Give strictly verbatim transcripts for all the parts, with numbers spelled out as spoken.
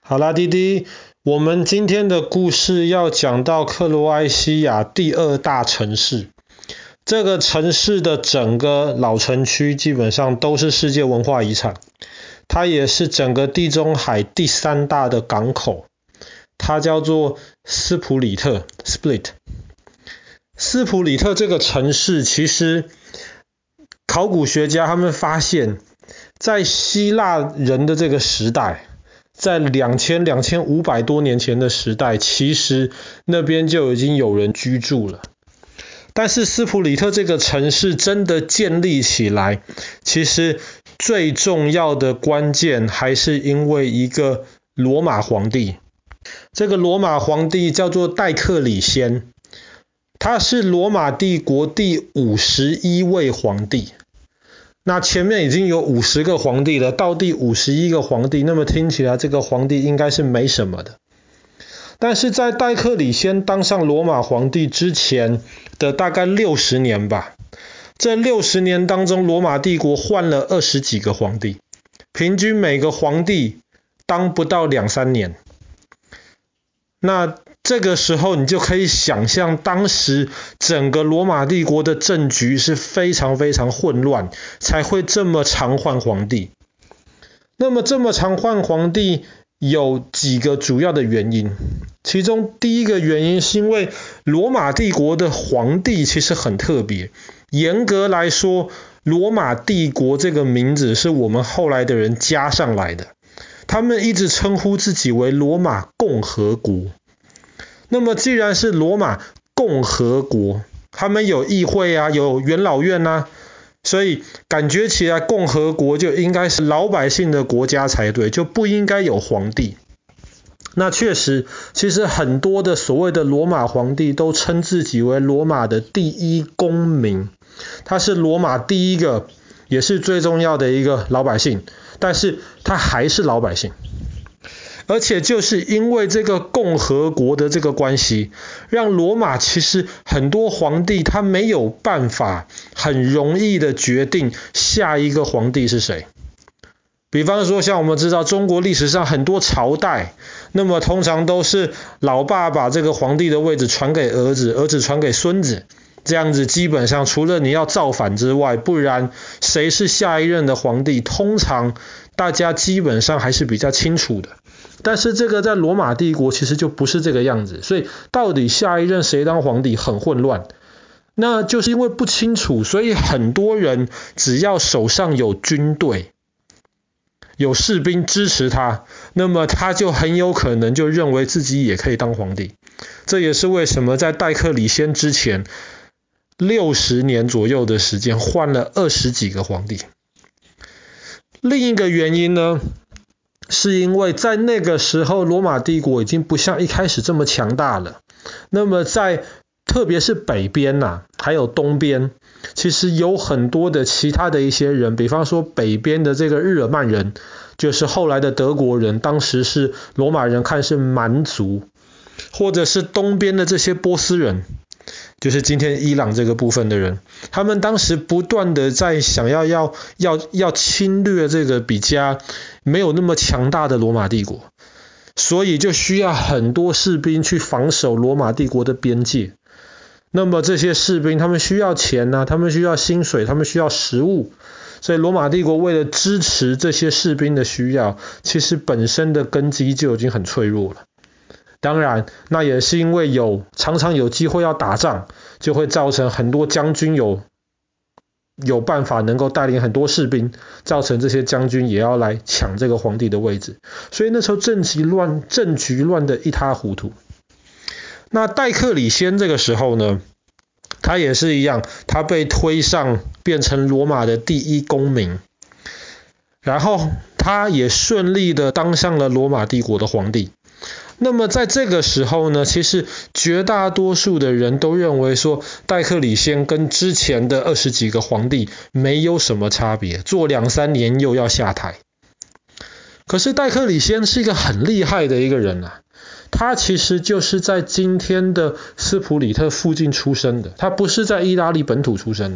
好啦，弟弟，我们今天的故事要讲到克罗埃西亚第二大城市。这个城市的整个老城区基本上都是世界文化遗产，它也是整个地中海第三大的港口，它叫做斯普里特 （Split）。斯普里特这个城市，其实考古学家他们发现，在希腊人的这个时代，在两千、两千五百多年前的时代，其实那边就已经有人居住了。但是斯普里特这个城市真的建立起来，其实最重要的关键还是因为一个罗马皇帝。这个罗马皇帝叫做戴克里先，他是罗马帝国第五十一位皇帝。那前面已经有五十个皇帝了，到第五十一个皇帝，那么听起来这个皇帝应该是没什么的。但是在戴克里先当上罗马皇帝之前的大概六十年吧，这六十年当中，罗马帝国换了二十几个皇帝，平均每个皇帝当不到两三年。那这个时候你就可以想象，当时整个罗马帝国的政局是非常非常混乱，才会这么常换皇帝。那么这么常换皇帝有几个主要的原因，其中第一个原因是因为罗马帝国的皇帝其实很特别，严格来说，罗马帝国这个名字是我们后来的人加上来的，他们一直称呼自己为罗马共和国。那么既然是罗马共和国，他们有议会啊，有元老院啊，所以感觉起来共和国就应该是老百姓的国家才对，就不应该有皇帝。那确实，其实很多的所谓的罗马皇帝都称自己为罗马的第一公民，他是罗马第一个也是最重要的一个老百姓，但是他还是老百姓。而且就是因为这个共和国的这个关系，让罗马其实很多皇帝他没有办法很容易的决定下一个皇帝是谁。比方说像我们知道中国历史上很多朝代，那么通常都是老爸把这个皇帝的位置传给儿子，儿子传给孙子，这样子基本上除了你要造反之外，不然谁是下一任的皇帝，通常大家基本上还是比较清楚的。但是这个在罗马帝国其实就不是这个样子，所以到底下一任谁当皇帝很混乱。那就是因为不清楚，所以很多人只要手上有军队，有士兵支持他，那么他就很有可能就认为自己也可以当皇帝。这也是为什么在戴克里先之前六十年左右的时间换了二十几个皇帝。另一个原因呢，是因为在那个时候罗马帝国已经不像一开始这么强大了。那么在特别是北边啊，还有东边，其实有很多的其他的一些人，比方说北边的这个日耳曼人，就是后来的德国人，当时是罗马人看是蛮族，或者是东边的这些波斯人，就是今天伊朗这个部分的人，他们当时不断的在想要要要要侵略这个比较没有那么强大的罗马帝国，所以就需要很多士兵去防守罗马帝国的边界。那么这些士兵他们需要钱啊，他们需要薪水，他们需要食物，所以罗马帝国为了支持这些士兵的需要，其实本身的根基就已经很脆弱了。当然，那也是因为有常常有机会要打仗，就会造成很多将军有有办法能够带领很多士兵，造成这些将军也要来抢这个皇帝的位置。所以那时候政局乱，政局乱得一塌糊涂。那戴克里先这个时候呢，他也是一样，他被推上变成罗马的第一公民，然后他也顺利的当上了罗马帝国的皇帝。那么在这个时候呢，其实绝大多数的人都认为说，戴克里先跟之前的二十几个皇帝没有什么差别，做两三年又要下台。可是戴克里先是一个很厉害的一个人啊，他其实就是在今天的斯普里特附近出生的，他不是在意大利本土出生的。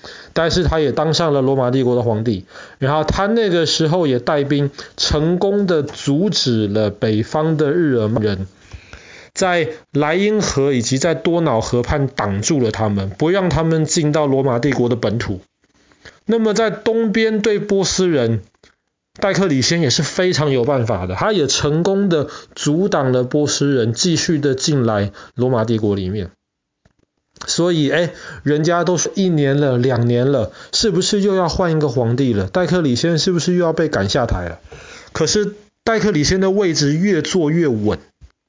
但是他也当上了罗马帝国的皇帝，然后他那个时候也带兵成功的阻止了北方的日耳曼人在莱茵河以及在多瑙河畔挡住了他们，不让他们进到罗马帝国的本土。那么在东边对波斯人，戴克里先也是非常有办法的，他也成功的阻挡了波斯人继续的进来罗马帝国里面。所以哎，人家都是一年了两年了，是不是又要换一个皇帝了？戴克里先是不是又要被赶下台了？可是戴克里先的位置越坐越稳，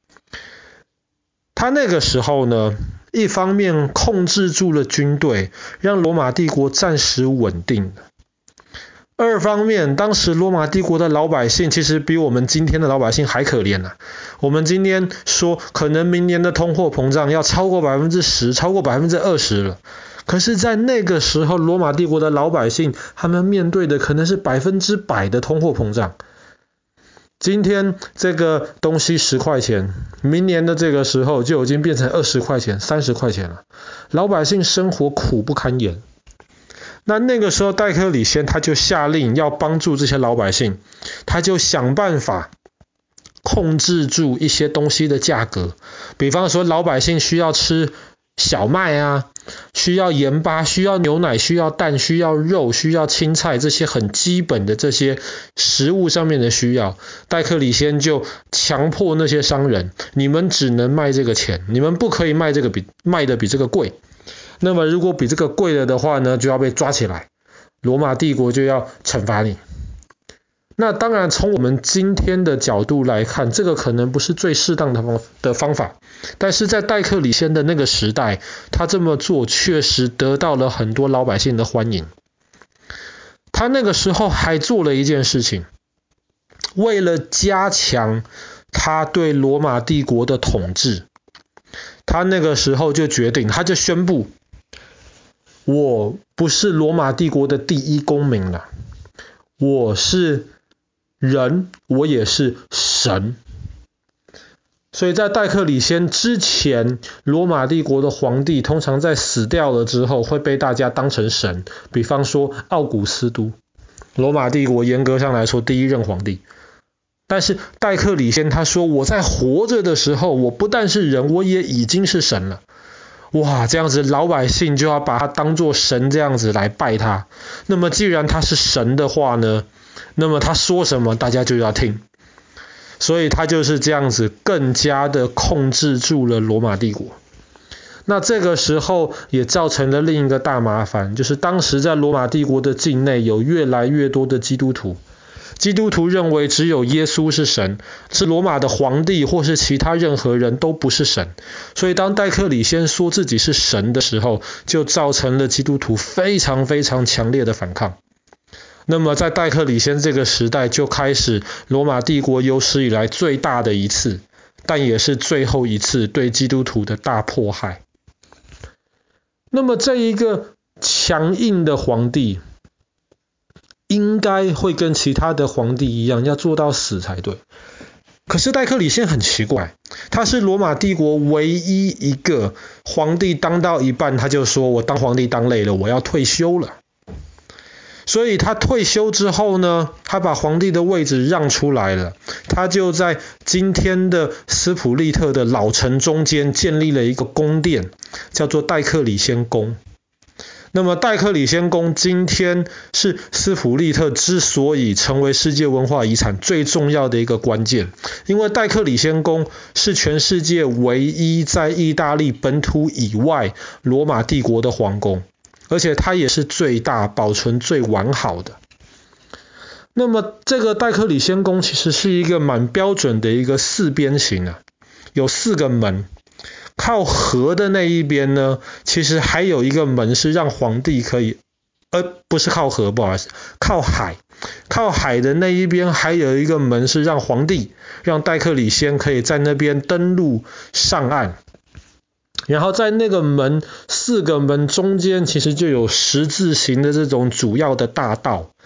他那个时候呢，一方面控制住了军队，让罗马帝国暂时稳定。二方面，当时罗马帝国的老百姓其实比我们今天的老百姓还可怜啊。我们今天说可能明年的通货膨胀要超过 百分之十， 超过 百分之二十 了。可是在那个时候，罗马帝国的老百姓他们面对的可能是百分之百的通货膨胀。今天这个东西十块钱，明年的这个时候就已经变成二十块钱、三十块钱了。老百姓生活苦不堪言。那那个时候戴克里先他就下令要帮助这些老百姓，他就想办法控制住一些东西的价格。比方说老百姓需要吃小麦啊，需要盐巴，需要牛奶，需要蛋，需要肉，需要青菜，这些很基本的这些食物上面的需要，戴克里先就强迫那些商人，你们只能卖这个钱，你们不可以卖这个比卖的比这个贵。那么如果比这个贵了的话呢，就要被抓起来，罗马帝国就要惩罚你。那当然从我们今天的角度来看，这个可能不是最适当的方的方法，但是在戴克里先的那个时代，他这么做确实得到了很多老百姓的欢迎。他那个时候还做了一件事情，为了加强他对罗马帝国的统治，他那个时候就决定，他就宣布，我不是罗马帝国的第一公民了，我是人，我也是神。所以在戴克里先之前，罗马帝国的皇帝通常在死掉了之后会被大家当成神，比方说奥古斯都，罗马帝国严格上来说第一任皇帝。但是戴克里先他说，我在活着的时候，我不但是人，我也已经是神了。哇，这样子老百姓就要把他当作神这样子来拜他。那么既然他是神的话呢，那么他说什么大家就要听。所以他就是这样子更加的控制住了罗马帝国。那这个时候也造成了另一个大麻烦，就是当时在罗马帝国的境内有越来越多的基督徒。基督徒认为只有耶稣是神，是罗马的皇帝或是其他任何人都不是神。所以当戴克里先说自己是神的时候，就造成了基督徒非常非常强烈的反抗。那么在戴克里先这个时代就开始罗马帝国有史以来最大的一次，但也是最后一次对基督徒的大迫害。那么这一个强硬的皇帝应该会跟其他的皇帝一样，要做到死才对。可是戴克里先很奇怪，他是罗马帝国唯一一个皇帝当到一半他就说，我当皇帝当累了，我要退休了。所以他退休之后呢，他把皇帝的位置让出来了，他就在今天的斯普利特的老城中间建立了一个宫殿，叫做戴克里先宫。那么戴克里先宫今天是斯普利特之所以成为世界文化遗产最重要的一个关键，因为戴克里先宫是全世界唯一在意大利本土以外罗马帝国的皇宫，而且它也是最大、保存最完好的。那么这个戴克里先宫其实是一个蛮标准的一个四边形啊，有四个门。靠河的那一边呢，其实还有一个门是让皇帝可以，呃，不是靠河，不好意思，靠海。靠海的那一边还有一个门是让皇帝，让戴克里先可以在那边登陆上岸。然后在那个门，四个门中间其实就有十字形的这种主要的大道。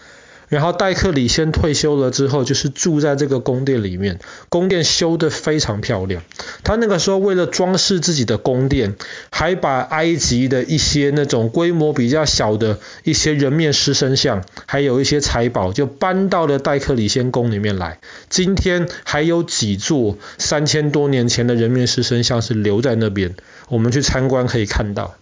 然后戴克里先退休了之后，就是住在这个宫殿里面，宫殿修得非常漂亮。他那个时候为了装饰自己的宫殿，还把埃及的一些那种规模比较小的一些人面狮身像，还有一些财宝，就搬到了戴克里先宫里面来。今天还有几座三千多年前的人面狮身像是留在那边，我们去参观可以看到。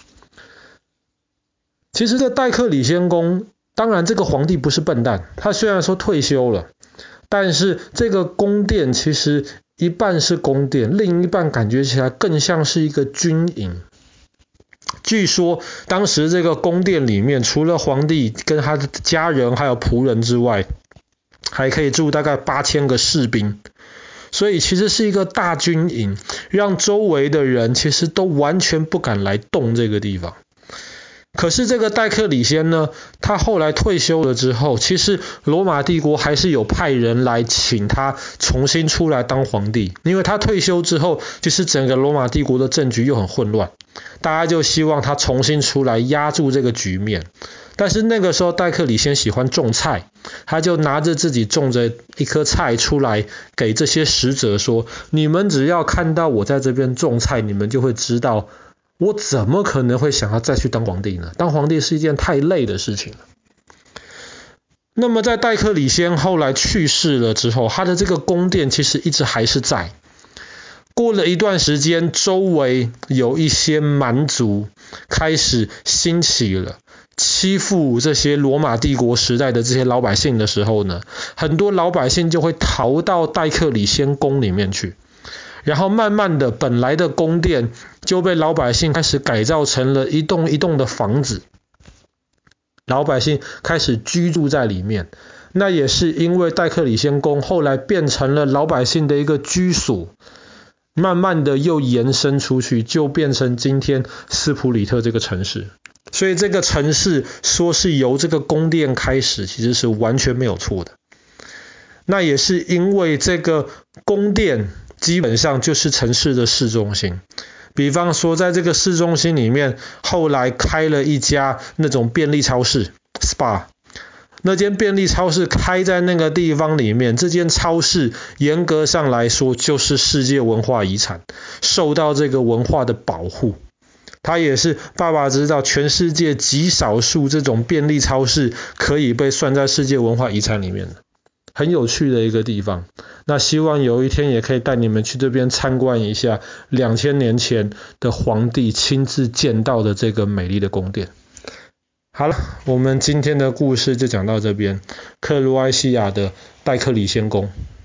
其实在戴克里先宫，当然这个皇帝不是笨蛋，他虽然说退休了，但是这个宫殿其实一半是宫殿，另一半感觉起来更像是一个军营。据说当时这个宫殿里面，除了皇帝跟他的家人还有仆人之外，还可以住大概八千个士兵，所以其实是一个大军营，让周围的人其实都完全不敢来动这个地方。可是这个戴克里先呢，他后来退休了之后，其实罗马帝国还是有派人来请他重新出来当皇帝，因为他退休之后，其实整个罗马帝国的政局又很混乱，大家就希望他重新出来压住这个局面。但是那个时候戴克里先喜欢种菜，他就拿着自己种着一颗菜出来给这些使者说，你们只要看到我在这边种菜，你们就会知道我怎么可能会想要再去当皇帝呢？当皇帝是一件太累的事情了。那么在戴克里先后来去世了之后，他的这个宫殿其实一直还是在。过了一段时间，周围有一些蛮族开始兴起了，欺负这些罗马帝国时代的这些老百姓的时候呢，很多老百姓就会逃到戴克里先宫里面去。然后慢慢的，本来的宫殿就被老百姓开始改造成了一栋一栋的房子，老百姓开始居住在里面。那也是因为戴克里先宫后来变成了老百姓的一个居所，慢慢的又延伸出去，就变成今天斯普里特这个城市。所以这个城市说是由这个宫殿开始，其实是完全没有错的。那也是因为这个宫殿基本上就是城市的市中心，比方说在这个市中心里面，后来开了一家那种便利超市 S P A， 那间便利超市开在那个地方里面，这间超市严格上来说就是世界文化遗产，受到这个文化的保护。它也是爸爸知道全世界极少数这种便利超市可以被算在世界文化遗产里面的，很有趣的一个地方。那希望有一天也可以带你们去这边参观一下两千年前的皇帝亲自见到的这个美丽的宫殿。好了，我们今天的故事就讲到这边，克罗埃西亚的戴克里先宫。